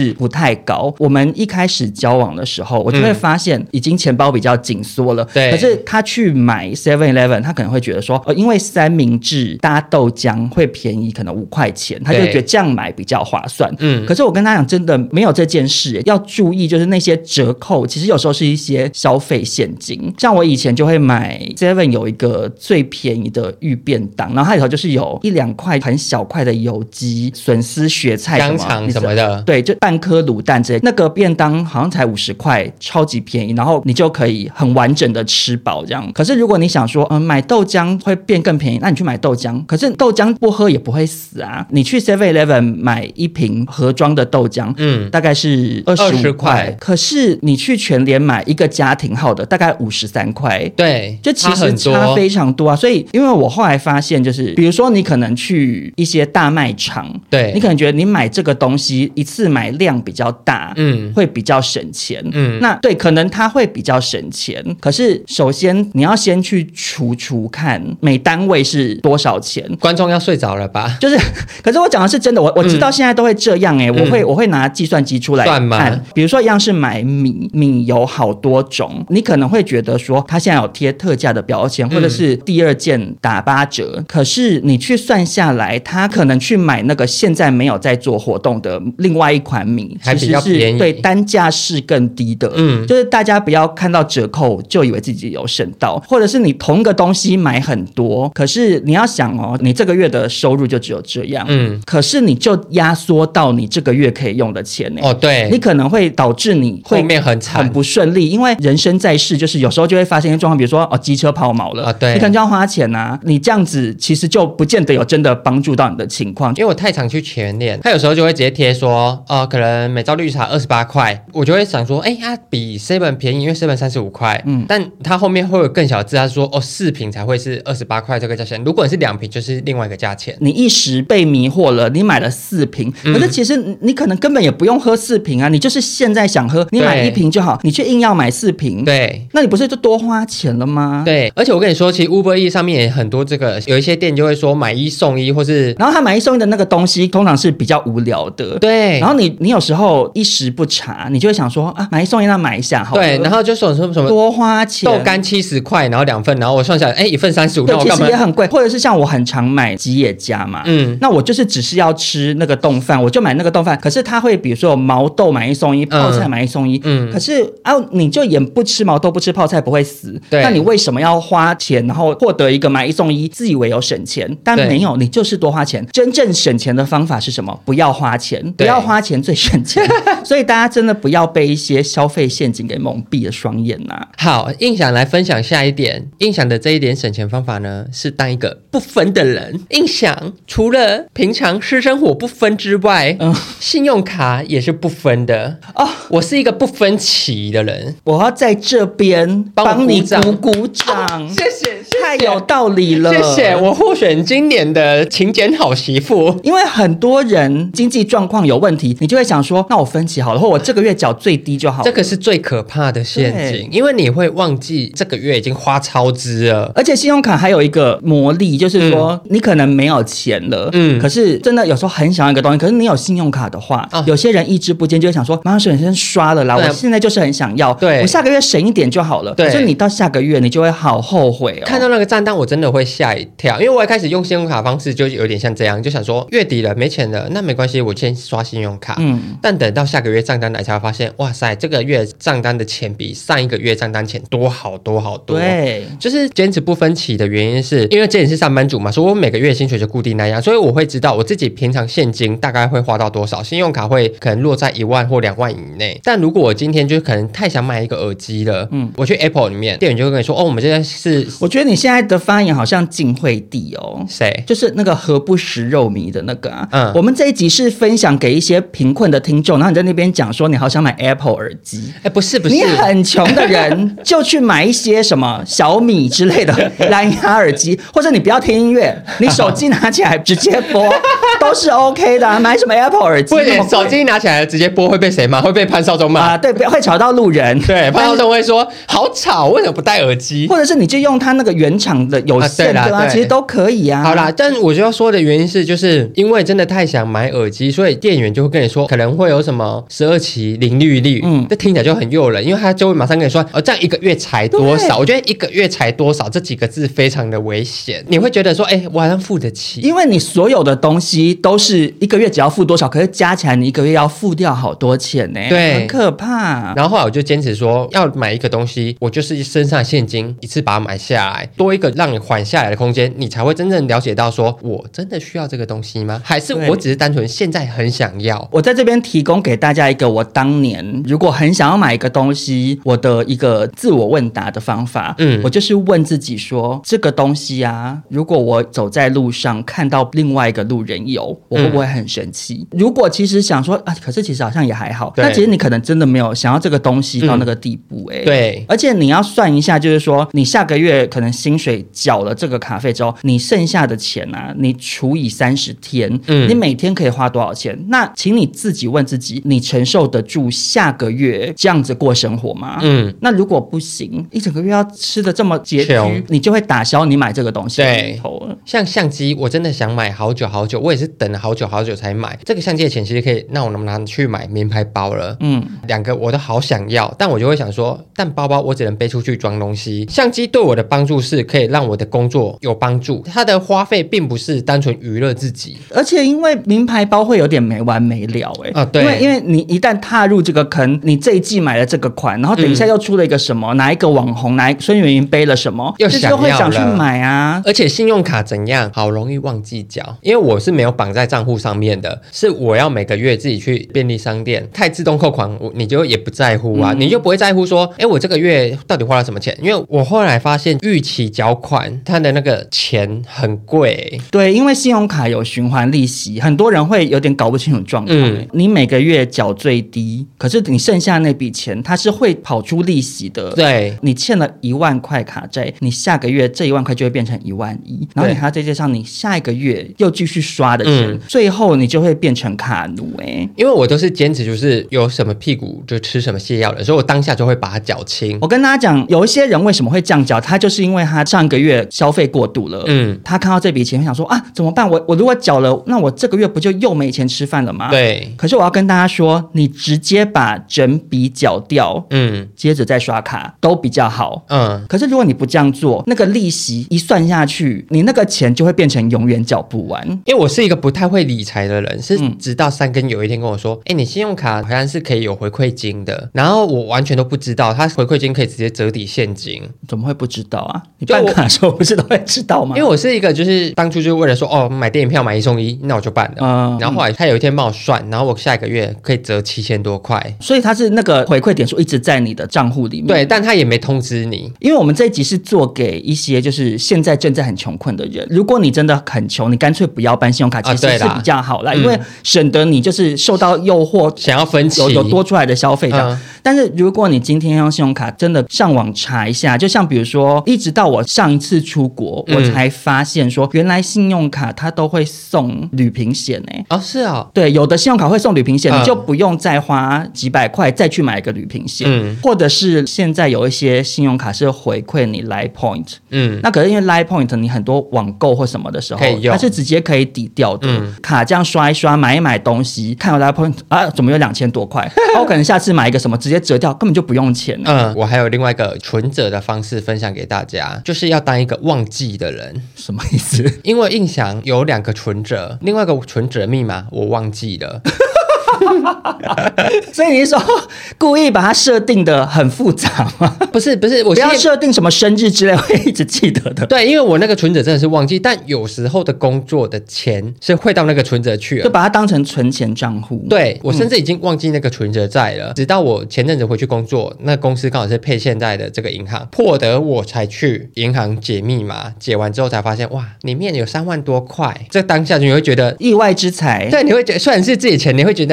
太高。我们一开始交往的时候，我就会发现已经钱包比较紧缩了。 对、嗯， 可是他去买 seven eleven， 他可能会觉得说，呃，因为三明治搭豆浆会便宜，可能五块钱，他就觉得这样买比较划算。嗯，可是我跟他讲，真的没有这件事，要注意就是那些折扣，其实有时候是一些消费陷阱。像我以前就会买 seven 有一个最便宜的御便当，然后它里头就是有一两块很小块的油鸡、笋丝、雪菜、 香肠什么的， 对，就半颗卤蛋之类。那个便当好像才五十块，超级便宜，然后你就可以很完整的吃饱这样。可是如果你想说，嗯，买豆浆会变更便宜，那你去买豆浆。可是豆浆不喝也不会死啊。你去 seven eleven 买一瓶盒装的豆浆，嗯，大概是二十五块，可是你去全联买一个家庭号的，大概五十三块。 对， 就其实差非常多啊。所以，因为我后来发现，就是比如说你可能去一些大卖场， 对， 你可能觉得你买这个东西一次买量比较大，嗯，会比较省钱，嗯，那对，可能它会比较省钱。可是首先你要先去除除看每单位是多少钱。 观众要睡着了吧？ 就是，可是我讲的是真的，我我知道现在都会这样哎、欸嗯，我会我会拿计算机出来看，算吗？比如说一样是买米，米有好多种，你可能会觉得说它现在有贴特价的标签，或者是第二件打八折，嗯、可是你去算下来，他可能去买那个现在没有在做活动的另外一款米， 还比较便宜， 对，单价是更低的。嗯，就是大家不要看到折扣就以为自己有省到，或者是你同个东西买很多，可是你要想哦，你这个月的收入就只有这样，嗯，可是你就压缩到你这个月可以用的钱呢。 哦，对， 你可能会导致你会后面很惨、 很不顺利，因为人生在世，就是有时候就会发生一些状况，比如说哦，机车抛锚了，啊，对，你可能就要花钱啊。你这样子其实就不见得有真的帮助到你的情况。 因为我太常去全联，他有时候就会直接贴说，哦，可能每招绿茶二十八块，我就会想说，哎，它比 seven 便宜，因为 seven 三十五块，嗯，但它后面会有更小的字，他说，哦，四瓶才会是二十八块这个价钱，如果你是两瓶，就是另外一个价钱。 你一时被迷惑了，你买了四瓶，可是其实你可能根本也不用喝四瓶啊，你就是现在想喝，你买一瓶就好，你却硬要买四瓶， 对， 那你不是就多花钱了吗？ 对，而且我跟你说，其实 Uber Eats 上面也很多这个，有一些店就会说买一送一，或是， 然后他买一送一的那个东西通常是比较无聊的， 对， 然后你你有时候一时不察，你就会想说啊，买一送一那买一下好了， 对，然后就说什么什么多花钱， 豆干七十块，然后两份，然后我算下来，哎，一份三十五， 对，其实也很贵，或者是像我很常买吉野家嘛，嗯，那我就是只是要吃那个冻饭，我就买那个冻饭，可是他会比如说有毛豆买一送一，泡菜买一送一，嗯，可是啊，你就也不吃毛豆不吃泡菜不会死，对，那你为什么要花钱，然后获得一个买一送一，自以为有省钱，但没有，你就是多花钱。真正省钱的方法是什么？不要花钱，不要花钱最省钱。所以大家真的不要被一些消费陷阱给蒙蔽了双眼呐、啊。 好，印象来分享下一点，印象的这一点省钱方法呢，是当一个不分的人。印象除了平常私生活不分之外，嗯，信用卡也是不分的哦。我是一个不分期的人， 我要在这边帮你鼓鼓掌， 哦、谢谢。 太有道理了， 谢谢。我获选今年的勤俭好媳妇。 因为很多人经济状况有问题，你就会想说，那我分期好了，或我这个月缴最低就好了。 这个是最可怕的陷阱，因为你会忘记这个月已经花超支了。 而且信用卡还有一个魔力，就是说、嗯、你可能没有钱了，嗯，可是真的有时候很想要一个东西，可是你有信用卡的话，哦、有些人意志不坚，就会想说，马上首先刷了啦，我现在就是很想要，对，我下个月省一点就好了。对，可是你到下个月你就会好后悔哦。 看到那个账单我真的会吓一跳，因为我一开始用信用卡方式就有点像这样，就想说月底了没钱了，那没关系，我先刷信用卡。嗯，但等到下个月账单来才会发现，哇塞，这个月账单的钱比上一个月账单钱多好多好多。 对， 就是坚持不分期的原因是因为之前是上班族嘛，所以我每个月薪水就固定那样，所以我会知道我自己平常现金大概会花到多少，信用卡会可能落在一万或两万以内。但如果我今天就是可能太想买一个耳机了，嗯，我去 Apple 里面，店员就会跟你说，哦，我们现在是， 我觉得你现在的发言好像晋惠帝哦， 谁？ 就是那个何不食肉糜的那个啊。嗯，我们这一集是分享给一些贫困的听众，然后你在那边讲说你好想买 Apple 耳机， 哎，不是不是， 你很穷的人就去买一些什么小米之类的蓝牙耳机，或者你不要听音乐，你手机拿起来直接播， 都是 OK 的、啊。买什么 Apple 耳机？ 手机拿起来直接播会被谁骂？会被潘少忠骂啊？对，会吵到路人。 对，潘少忠会说好吵，为什么不戴耳机？ 或者是你就用他那个原厂的有线的 啊, 啊，其实都可以啊。 好啦，但我就要说的原因是，就是因为真的太想买耳机，所以店员就会跟你说可能会有什么十二期零利率，嗯，这听起来就很诱人，因为他就会马上跟你说，哦，这样一个月才多少？我觉得一个月才多少这几个字非常的危险，你会觉得说，哎、欸，我好像付得起， 因为你所有的东西都是一个月只要付多少，可是加起来你一个月要付掉好多钱呢、欸， 对， 很可怕。 然后后来我就坚持说，要买一个东西，我就是身上现金一次把它买下来，多一个让你缓下来的空间，你才会真正了解到说，我真的需要这个东西吗？还是我只是单纯现在很想要？ 我在这边提供给大家一个我当年如果很想要买一个东西，我的一个自我问答的方法。嗯，我就是问自己说，这个东西啊，如果我走在路上看到另外一个路人有，我会不会很生气？嗯、如果其实想说啊，可是其实好像也还好，那其实你可能真的没有想要这个东西到那个地步哎、欸嗯。对，而且你要算一下，就是说你下个月可能薪水缴了这个卡费之后，你剩下的钱啊，你除以三十天，嗯，你每天可以花多少钱？那请你自己问自己，你承受得住下个月这样子过生活吗？嗯，那如果不行，一整个月要吃的这么拮据，你就会打消你买这个东西的念头了。 像相机，我真的想买好久好久，我也是等了好久好久才买。这个相机的钱其实可以让我能拿去买名牌包了。嗯，两个我都好想要，但我就会想说，但包包我只能背出去装东西。相机对我的帮助是可以让我的工作有帮助，它的花费并不是单纯娱乐自己。 而且因为名牌包会有点没完没了哎、欸，啊对，因为因为你一旦踏入这个坑，你这一季买了这个款，然后等一下又出了一个什么，嗯、哪一个网红，哪一孙芸芸背了什么， 又想要了， 就会想去买啊。 而且信用卡怎样，好容易忘记缴，因为我是没有绑在账户上面的，是我要每个月自己去便利商店，太自动扣款，你就也不在乎啊，嗯、你就不会在乎说，哎，我这个月到底花了什么钱？因为我后来发现逾期缴款，它的那个钱很贵、欸。 对，因为信用卡有循环利息，很多人会有点搞不清楚状况、欸。嗯、你每个月缴最低，可是你剩下那笔钱，它是会跑出利息的。 对， 你欠了一万块卡债，你下个月这一万块就会变成一万一，然后你还要再加上你下一个月又继续刷的钱，嗯、最后你就会变成卡奴哎、欸。 因为我都是坚持，就是有什么屁股就吃什么泻药的，所以我当下就会把它缴清。 我跟大家讲，有一些人为什么会这样缴，他就是因为他上个月消费过度了，嗯，他看到这笔钱会想说啊，怎么办？我我如果缴了，那我这个月不就又没钱吃饭了吗？ 对。 可是我要跟大家说，你直接把整笔缴掉，嗯，接着再刷卡都比较好，嗯。可是如果你不这样做，那个利息一算下去，你那个钱就会变成永远缴不完。 因为我是一个不太会理财的人，是直到三根有一天跟我说，哎、嗯，你信用卡好像是可以有回馈金的，然后我完全都不知道，它回馈金可以直接折抵现金。 怎么会不知道啊？你办卡的时候不是都会知道吗？ 因为我是一个就是当初就是为了说哦买电影票买一送一，那我就办了。嗯，然后后来他有一天帮我算，然后我下一个月可以折七千多块， 所以他是那个回馈点数一直在你的账户里面。 对，但他也没通知你。 因为我们这一集是做给一些就是现在正在很穷困的人，如果你真的很穷，你干脆不要办信用卡，其实是比较好啦，啊、因为省得你就是受到诱惑想要分期， 有有多出来的消费的。嗯、但是如果你今天用信用卡，真的上网查一下，就像比如说，一直到我上一次出国，嗯、我才发现说，原来信用卡它都会送旅平险哎、 欸。哦，是啊、哦， 对，有的信用卡会送旅平险，嗯、你就不用再花几百块再去买一个旅平险，嗯、或者是现在有一些信用卡是回馈你 Line Point， 嗯，那可是因为 Line Point 你很多网购或什么的时候，它是直接可以抵掉的，嗯、卡这样刷一刷，买一买东西，看到 Line Point 啊，怎么有两千多块？我可能下次买一个什么直接折掉，根本就不用钱。 嗯，我还有另外一个存折的方式分享给大家，就是要当一个忘记的人。 什么意思？ 因为印象有两个存折，另外一个存折密码我忘记了。 所以你是说故意把它设定的很复杂吗？ 不是不是，我不要设定什么生日之类会一直记得的。 对，因为我那个存折真的是忘记，但有时候的工作的钱是汇到那个存折去了， 就把它当成存钱账户。 对，我甚至已经忘记那个存折在了，嗯、直到我前阵子回去工作，那公司刚好是配现在的这个银行，迫得我才去银行解密码，解完之后才发现哇，里面有三万多块。这当下你会觉得意外之财。 对，你会觉得虽然是自己的钱，你会觉得哦，我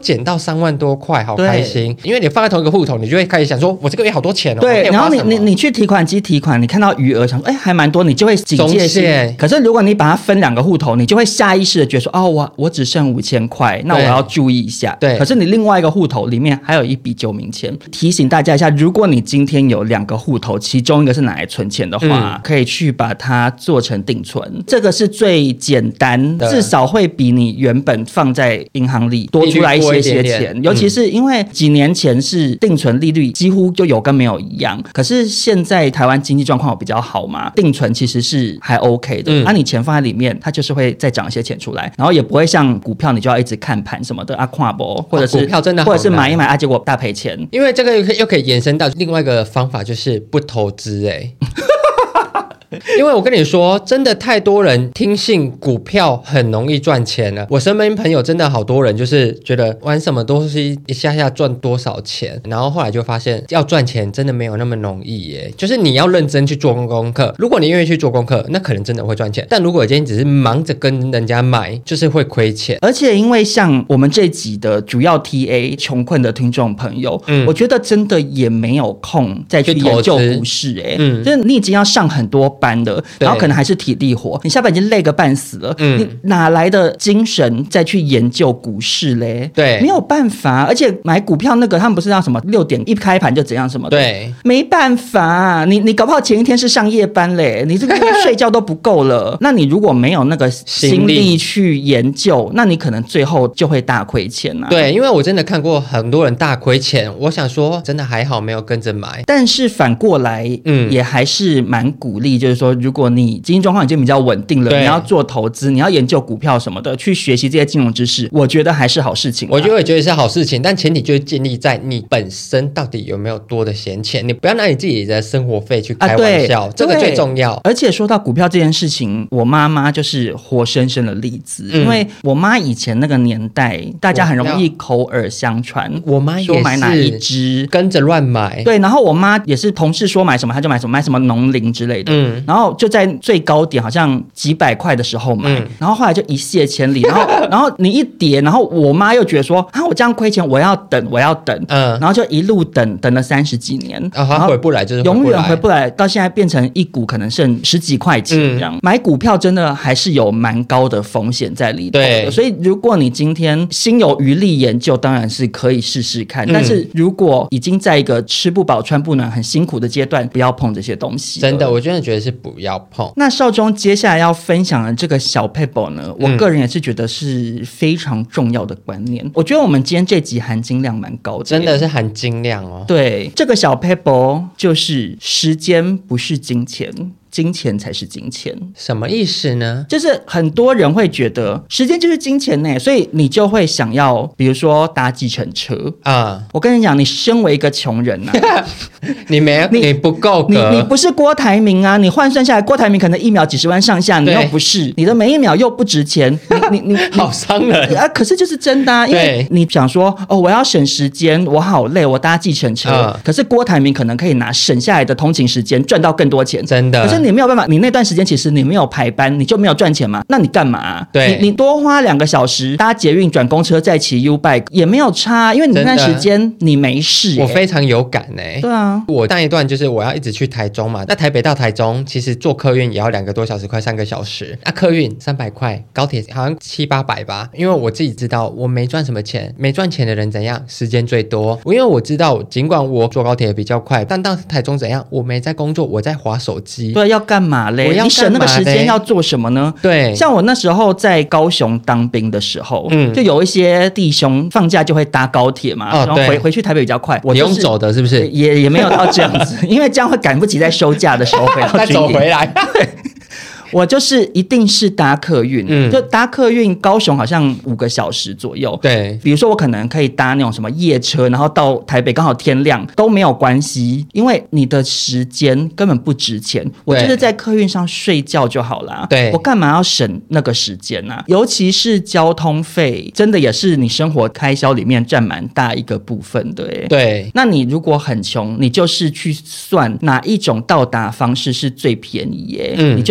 减到三万多块，好开心。因为你放在同一个户头，你就会开始想说，我这个月好多钱哦。 对，然后你你你去提款机提款，你看到余额想说，哎，还蛮多，你就会警戒心。可是如果你把它分两个户头，你就会下意识的觉得说，哦，我我只剩五千块，那我要注意一下。对。可是你另外一个户头里面还有一笔救命钱，提醒大家一下，如果你今天有两个户头，其中一个是拿来存钱的话，嗯、可以去把它做成定存，这个是最简单，至少会比你原本放在银行里多出来一些些钱。点点尤其是因为几年前是定存利率几乎就有跟没有一样，可是现在台湾经济状况比较好嘛，定存其实是还 OK 的。那、嗯啊、你钱放在里面，它就是会再涨一些钱出来，然后也不会像股票你就要一直看盘什么的啊，看不或者是、哦、股票真的或者是买一买啊，结果大赔钱。 因为这个又可以延伸到另外一个方法，就是不投资哎、欸。因为我跟你说，真的太多人听信股票很容易赚钱了。我身边朋友真的好多人就是觉得玩什么东西一下下赚多少钱，然后后来就发现要赚钱真的没有那么容易耶。就是你要认真去做功课，如果你愿意去做功课，那可能真的会赚钱。但如果今天只是忙着跟人家买，就是会亏钱。 而且因为像我们这集的主要 T A 穷困的听众朋友，嗯，我觉得真的也没有空再去研究股市哎，嗯，就是你已经要上很多班的，然后可能还是体力活，你下班已经累个半死了，嗯，你哪来的精神再去研究股市嘞？ 对， 没有办法。而且买股票那个，他们不是要什么六点一开盘就怎样什么的， 对， 没办法，你你搞不好前一天是上夜班嘞，你这个睡觉都不够了。那你如果没有那个心力去研究，那你可能最后就会大亏钱啊。 对，因为我真的看过很多人大亏钱，我想说真的还好没有跟着买。 但是反过来，嗯，也还是蛮鼓励，就是说如果你经济状况已经比较稳定了，你要做投资，你要研究股票什么的，去学习这些金融知识，我觉得还是好事情。 我就会觉得是好事情，但前提就是建立在你本身到底有没有多的闲钱，你不要拿你自己的生活费去开玩笑，啊、这个最重要。 而且说到股票这件事情，我妈妈就是活生生的例子，嗯、因为我妈以前那个年代，大家很容易口耳相传， 我妈也是说买哪一支跟着乱买， 对，然后我妈也是同事说买什么，她就买什么，买什么农林之类的，嗯，然后就在最高点好像几百块的时候买，嗯、然后后来就一泻千里，然后然后你一跌，然后我妈又觉得说啊，我这样亏钱，我要等，我要等，嗯，然后就一路等等了三十几年， 啊、然后回不来就是回不来永远回不来，到现在变成一股可能剩十几块钱这样。嗯、买股票真的还是有蛮高的风险在里头的，对，所以如果你今天心有余力研究，当然是可以试试看，嗯、但是如果已经在一个吃不饱穿不暖很辛苦的阶段，不要碰这些东西。 真的，我真的觉得是不要碰。 那少中接下来要分享的这个小撇步呢，我个人也是觉得是非常重要的观念。嗯、我觉得我们今天这集含金量蛮高的， 真的是含金量哦。 对，这个小撇步就是时间不是金钱，金钱才是金钱。 什么意思呢？ 就是很多人会觉得时间就是金钱呢，所以你就会想要比如说搭计程车啊、嗯。我跟你讲，你身为一个穷人啊你没有 你, 你不够格， 你你不是郭台铭啊，你换算下来郭台铭可能一秒几十万上下，你又不是，你的每一秒又不值钱，你你你好伤人啊！可是就是真的啊，因为你想说哦，我要省时间，我好累，我搭计程车、嗯、可是郭台铭可能可以拿省下来的通勤时间赚到更多钱， 真的。 可是你没有办法，你那段时间其实你没有排班，你就没有赚钱嘛？那你干嘛、啊？ 对， 你你多花两个小时搭捷运转公车再骑 U-Bike 也没有差，因为你那段时间你没事、欸。 我非常有感哎、欸。 对啊， 我上一段就是我要一直去台中嘛，那台北到台中其实坐客运也要两个多小时，快三个小时。那、啊、客运三百块，高铁好像七八百吧。因为我自己知道我没赚什么钱，没赚钱的人怎样？时间最多。因为我知道，尽管我坐高铁比较快，但到台中怎样？我没在工作，我在滑手机。 对，要干嘛嘞？你省那个时间要做什么呢？ 对， 像我那时候在高雄当兵的时候，嗯，就有一些弟兄放假就会搭高铁嘛，哦、然后回回去台北比较快。我、就是、 你用走的是不是？ 也也没有到这样子，因为这样会赶不及在收假的时候回到再走回来。 我就是一定是搭客运、嗯，就搭客运，高雄好像五个小时左右。 对， 比如说我可能可以搭那种什么夜车，然后到台北刚好天亮都没有关系，因为你的时间根本不值钱。我就是在客运上睡觉就好啦。 对， 我干嘛要省那个时间啊？尤其是交通费，真的也是你生活开销里面占蛮大一个部分的。 对， 那你如果很穷，你就是去算哪一种到达方式是最便宜耶、嗯，你就选哪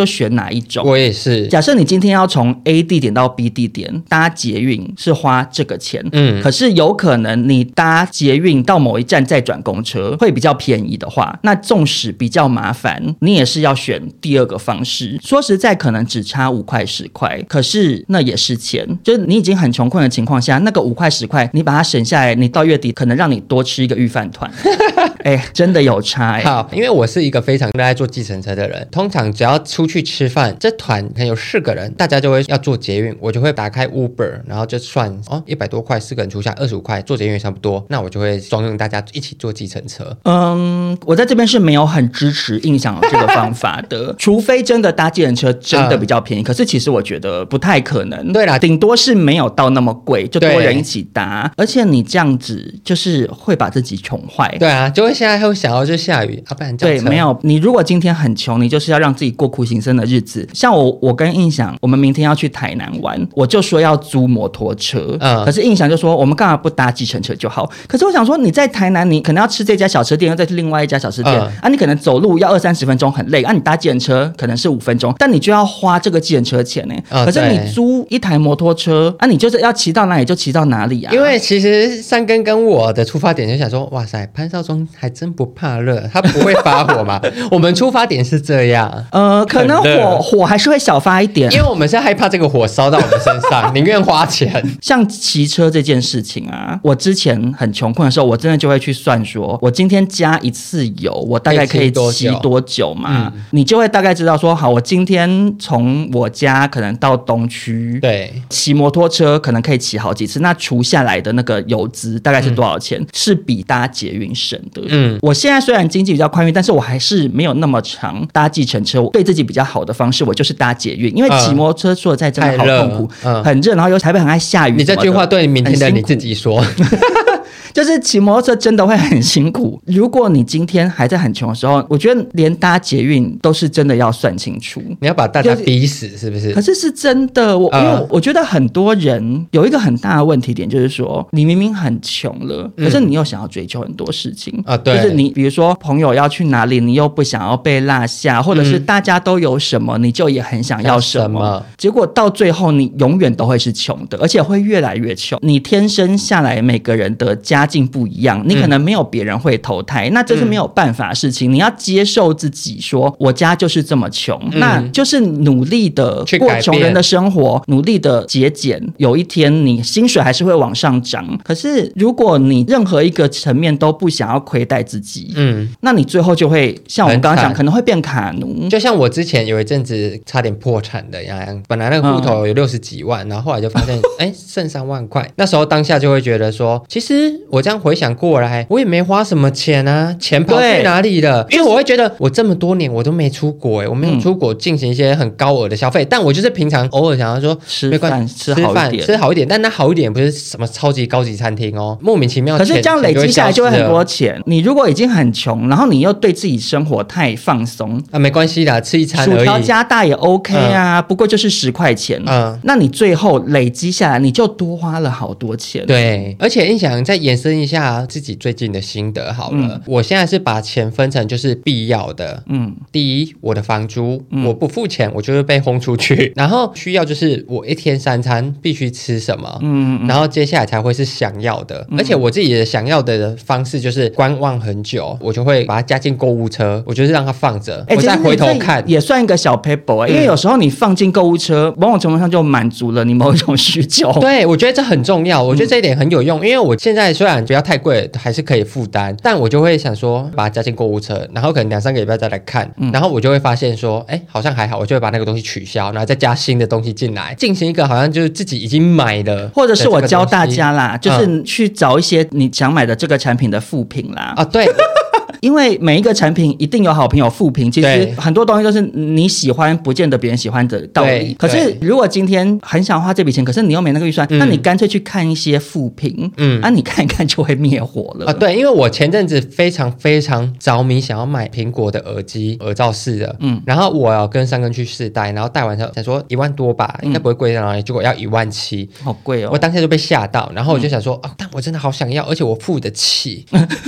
哪一种。 我也是。 假设你今天要从 A 地点到 B 地点搭捷运是花这个钱，嗯，可是有可能你搭捷运到某一站再转公车会比较便宜的话，那纵使比较麻烦，你也是要选第二个方式。说实在，可能只差五块十块，可是那也是钱。就是你已经很穷困的情况下，那个五块十块你把它省下来，你到月底可能让你多吃一个御饭团。哎、欸，真的有差哎、欸。 好，因为我是一个非常热爱坐计程车的人，通常只要出去吃饭，这团可能有四个人，大家就会要坐捷运，我就会打开 Uber， 然后就算哦一百多块，四个人除下二十五块，坐捷运也差不多，那我就会怂恿大家一起坐计程车。 嗯，我在这边是没有很支持印象这个方法的，除非真的搭计程车真的比较便宜、嗯，可是其实我觉得不太可能。 对啦， 顶多是没有到那么贵，就多人一起搭，而且你这样子就是会把自己穷坏。 对啊，就会现在会想要就下雨，要、啊、不然对，没有你如果今天很穷，你就是要让自己过苦行僧的日子。像我，我跟印象，我们明天要去台南玩，我就说要租摩托车，嗯，可是印象就说我们干嘛不搭计程车就好？可是我想说你在台南，你可能要吃这家小吃店，又再去另外一家小吃店、嗯、啊，你可能走路要二三十分钟很累，啊，你搭计程车可能是五分钟，但你就要花这个计程车钱呢、欸。可是你租一台摩托车啊，你就是要骑到哪里就骑到哪里啊。 因为其实三根跟我的出发点就想说，哇塞，潘少忠还真不怕热，他不会发火嘛。我们出发点是这样， 呃，可能火火还是会小发一点， 因为我们是害怕这个火烧到我们身上，宁愿花钱。 像骑车这件事情啊，我之前很穷困的时候，我真的就会去算说，我今天加一次油，我大概可以骑多久嘛、嗯？你就会大概知道说，好，我今天从我家可能到东区， 对， 骑摩托车可能可以骑好几次，那除下来的那个油资大概是多少钱？嗯、是比搭捷运省的。嗯，我现在虽然经济比较宽裕，但是我还是没有那么常搭计程车。对自己比较好的方式，我就是搭捷运，因为骑摩托车说实在真的好痛苦，嗯、很热，然后又台北很爱下雨。 你这句话对明天的你自己说。 就是骑摩托车真的会很辛苦。如果你今天还在很穷的时候，我觉得连搭捷运都是真的要算清楚。 你要把大家逼死，是不是？ 可是是真的，我、呃、因为我觉得很多人有一个很大的问题点，就是说你明明很穷了，可是你又想要追求很多事情啊、嗯，对，就是你比如说朋友要去哪里，你又不想要被落下，或者是大家都有什么，你就也很想要什么，什么结果到最后你永远都会是穷的，而且会越来越穷。你天生下来每个人的家境不一样，你可能没有别人会投胎、嗯、那这是没有办法的事情、嗯、你要接受自己说我家就是这么穷、嗯、那就是努力的过穷人的生活，努力的节俭，有一天你薪水还是会往上涨。可是如果你任何一个层面都不想要亏待自己，嗯，那你最后就会像我们刚刚讲，可能会变卡奴。 就像我之前有一阵子差点破产的样，本来那个户头有六十几万、嗯、然后后来就发现哎剩三万块，那时候当下就会觉得说，其实我这样回想过来，我也没花什么钱啊，钱跑去哪里了？因为我会觉得我这么多年我都没出国、欸、我没有出国进行一些很高额的消费、嗯、但我就是平常偶尔想要说吃饭吃好一点， 吃好一点，但那好一点不是什么超级高级餐厅哦，莫名其妙可是这样累积下来就会很多钱。你如果已经很穷，然后你又对自己生活太放松啊，没关系啦，吃一餐而已， 薯条加大也 OK 啊、嗯、不过就是十块钱，嗯，那你最后累积下来你就多花了好多钱。 对，而且你想再延伸一下自己最近的心得好了、嗯、我现在是把钱分成就是必要的，嗯，第一我的房租、嗯、我不付钱我就会被轰出去，然后需要就是我一天三餐必须吃什么，嗯，然后接下来才会是想要的、嗯、而且我自己的想要的方式就是观望很久，我就会把它加进购物车，我就是让它放着、欸、我再回头看， 也算一个小 paper、欸嗯、因为有时候你放进购物车某种程度上就满足了你某种需求。 对，我觉得这很重要，我觉得这一点很有用、嗯、因为我现在虽然不要太贵还是可以负担，但我就会想说把它加进购物车，然后可能两三个礼拜再来看、嗯、然后我就会发现说哎，好像还好，我就会把那个东西取消，然后再加新的东西进来，进行一个好像就是自己已经买了， 或者是我教大家啦，就是去找一些你想买的这个产品的副品啦。 啊，对。 因为每一个产品一定有好评有负评，其实很多东西都是你喜欢不见得别人喜欢的道理。可是如果今天很想花这笔钱，可是你又没那个预算、嗯、那你干脆去看一些负评，嗯，啊你看一看就会灭火了啊。 对，因为我前阵子非常非常着迷想要买苹果的耳机，耳罩式的，嗯，然后我要跟三根去试戴，然后戴完之后想说一万多吧，应该不会贵到哪里、嗯、结果要一万七， 好贵哦。 我当下就被吓到，然后我就想说、嗯、哦，但我真的好想要，而且我付得起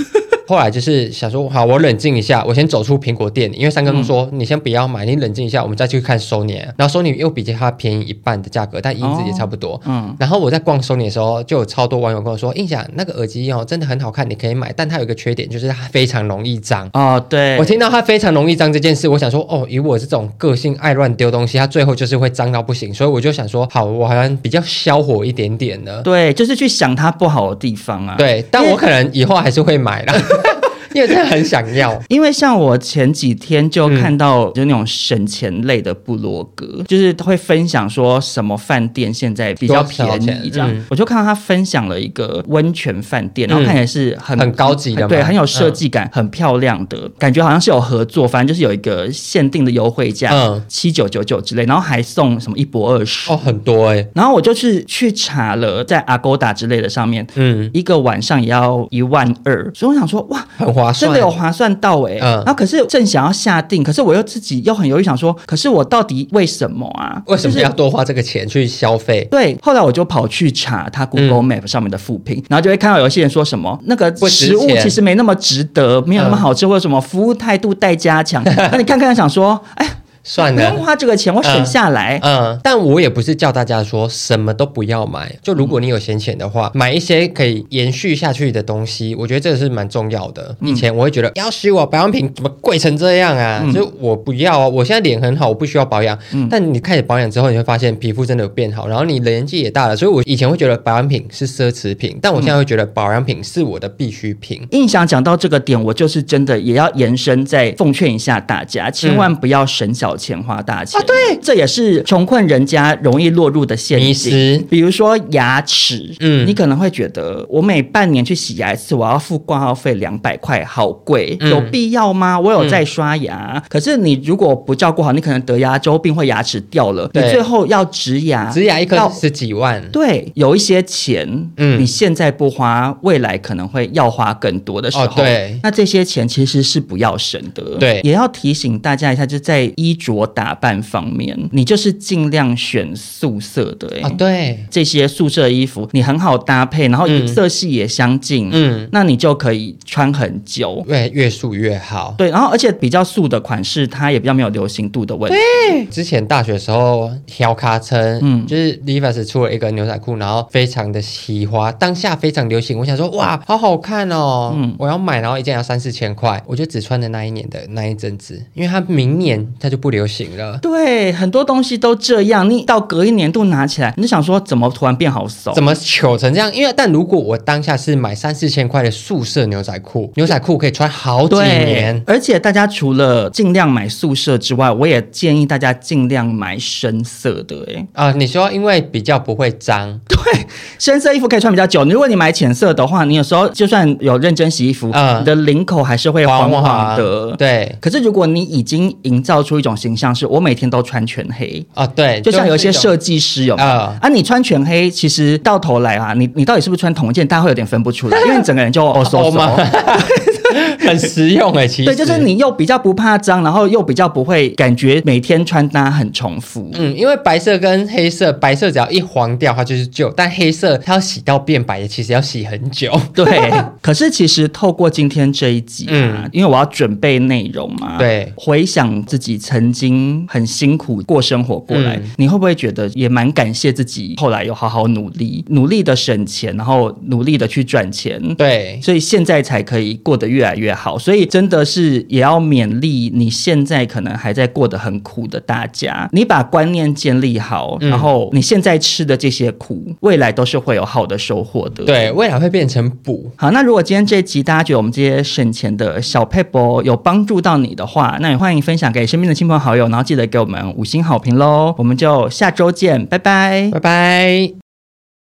后来就是想说，好，我冷静一下，我先走出苹果店里，因为三哥说、嗯、你先不要买，你冷静一下，我们再去看 Sony。然后 Sony 又比它便宜一半的价格，但音质也差不多。哦、嗯，然后我在逛 Sony 的时候，就有超多网友跟我说，印象那个耳机哦，真的很好看，你可以买，但它有一个缺点，就是它非常容易脏。 哦，对， 我听到它非常容易脏这件事，我想说，哦，以我这种个性爱乱丢东西，它最后就是会脏到不行，所以我就想说，好，我好像比较消火一点点的。 对，就是去想它不好的地方啊。 对，但我可能以后还是会买啦。因为真的很想要， 因为像我前几天就看到就那种省钱类的部落格、嗯、就是会分享说什么饭店现在比较便宜这样、嗯、我就看到他分享了一个温泉饭店，然后看起来是很、 嗯、很高级的嘛， 对，很有设计感、嗯、很漂亮的感觉，好像是有合作，反正就是有一个限定的优惠价七九九九之类，然后还送什么一博二十哦， 很多哎、欸。 然后我就去去查了在 Agoda 之类的上面，嗯，一个晚上也要一万二，所以我想说哇， 很划算， 真的有划算到哎、欸嗯，然后可是正想要下定，可是我又自己又很犹豫，想说，可是我到底为什么啊？ 为什么要多花这个钱去消费？ 对，后来我就跑去查他 Google Map 上面的负评、嗯，然后就会看到有些人说什么那个食物其实没那么值得，没有那么好吃，嗯、或者什么服务态度待加强。那你看看想说，哎。 算了， 不用花这个钱，我省下来。 嗯，嗯但我也不是叫大家说什么都不要买。就如果你有闲钱的话，买一些可以延续下去的东西，我觉得这个是蛮重要的。嗯、以前我会觉得，要许我保养品怎么贵成这样啊？嗯、就我不要啊！我现在脸很好，我不需要保养。嗯、但你开始保养之后，你会发现皮肤真的有变好，然后你年纪也大了，所以我以前会觉得保养品是奢侈品，但我现在会觉得保养品是我的必需品。 印象讲到这个点，我就是真的也要延伸再奉劝一下大家，千万不要省小钱花大钱。啊， 对， 这也是穷困人家容易落入的陷阱。比如说牙齿，嗯，你可能会觉得我每半年去洗牙一次，我要付挂号费两百块，好贵，嗯，有必要吗？我有在刷牙，嗯，可是你如果不照顾好，你可能得牙周病或牙齿掉了，你最后要植牙， 植牙一颗十几万。 对，有一些钱，嗯，你现在不花，未来可能会要花更多的时候，哦，对，那这些钱其实是不要省的。对，也要提醒大家一下，就是在衣着打扮方面，你就是尽量选素色的。欸哦，对， 这些素色衣服你很好搭配，然后色系也相近，嗯，那你就可以穿很久， 对，越素越好。 对，然后而且比较素的款式，它也比较没有流行度的问题。 对，之前大学的时候挑卡称，嗯，就是 Levi's 出了一个牛仔裤，然后非常的喜花，当下非常流行，我想说哇，好好看哦，嗯，我要买，然后一件要三四千块，我就只穿的那一年的那一阵子，因为它明年它就不流行了。 对，很多东西都这样，你到隔一年度拿起来，你就想说怎么突然变好怂， 怎么糗成这样？因为但如果我当下是买三四千块的素色牛仔裤，牛仔裤可以穿好几年。 而且大家除了尽量买素色之外，我也建议大家尽量买深色的。哎啊，呃，你说因为比较不会脏， 对，深色衣服可以穿比较久。如果你买浅色的话，你有时候就算有认真洗衣服，呃、你的领口还是会黄黄的。 黄对， 可是如果你已经营造出一种形象，是我每天都穿全黑啊，对， 就像有一些设计师有没有啊，啊，你穿全黑，其实到头来啊，你你到底是不是穿同一件，大家会有点分不出来，因为你整个人就哦嗖嗖。 很实用哎，欸，其实对，就是你又比较不怕脏，然后又比较不会感觉每天穿搭很重复。 嗯，因为白色跟黑色，白色只要一黄掉它就是旧，但黑色它要洗到变白，其实要洗很久。 对，可是其实透过今天这一集啊，嗯，因为我要准备内容嘛， 对， 回想自己曾经很辛苦过生活过来，嗯，你会不会觉得也蛮感谢自己后来有好好努力，努力的省钱，然后努力的去赚钱， 对， 所以现在才可以过得越来越好。所以真的是也要勉励你现在可能还在过得很苦的大家，你把观念建立好，嗯，然后你现在吃的这些苦，未来都是会有好的收获的。 对，未来会变成补。 好，那如果今天这一集大家觉得我们这些省钱的小撇步有帮助到你的话，那也欢迎分享给身边的亲朋好友，然后记得给我们五星好评咯。我们就下周见，拜拜， 拜拜。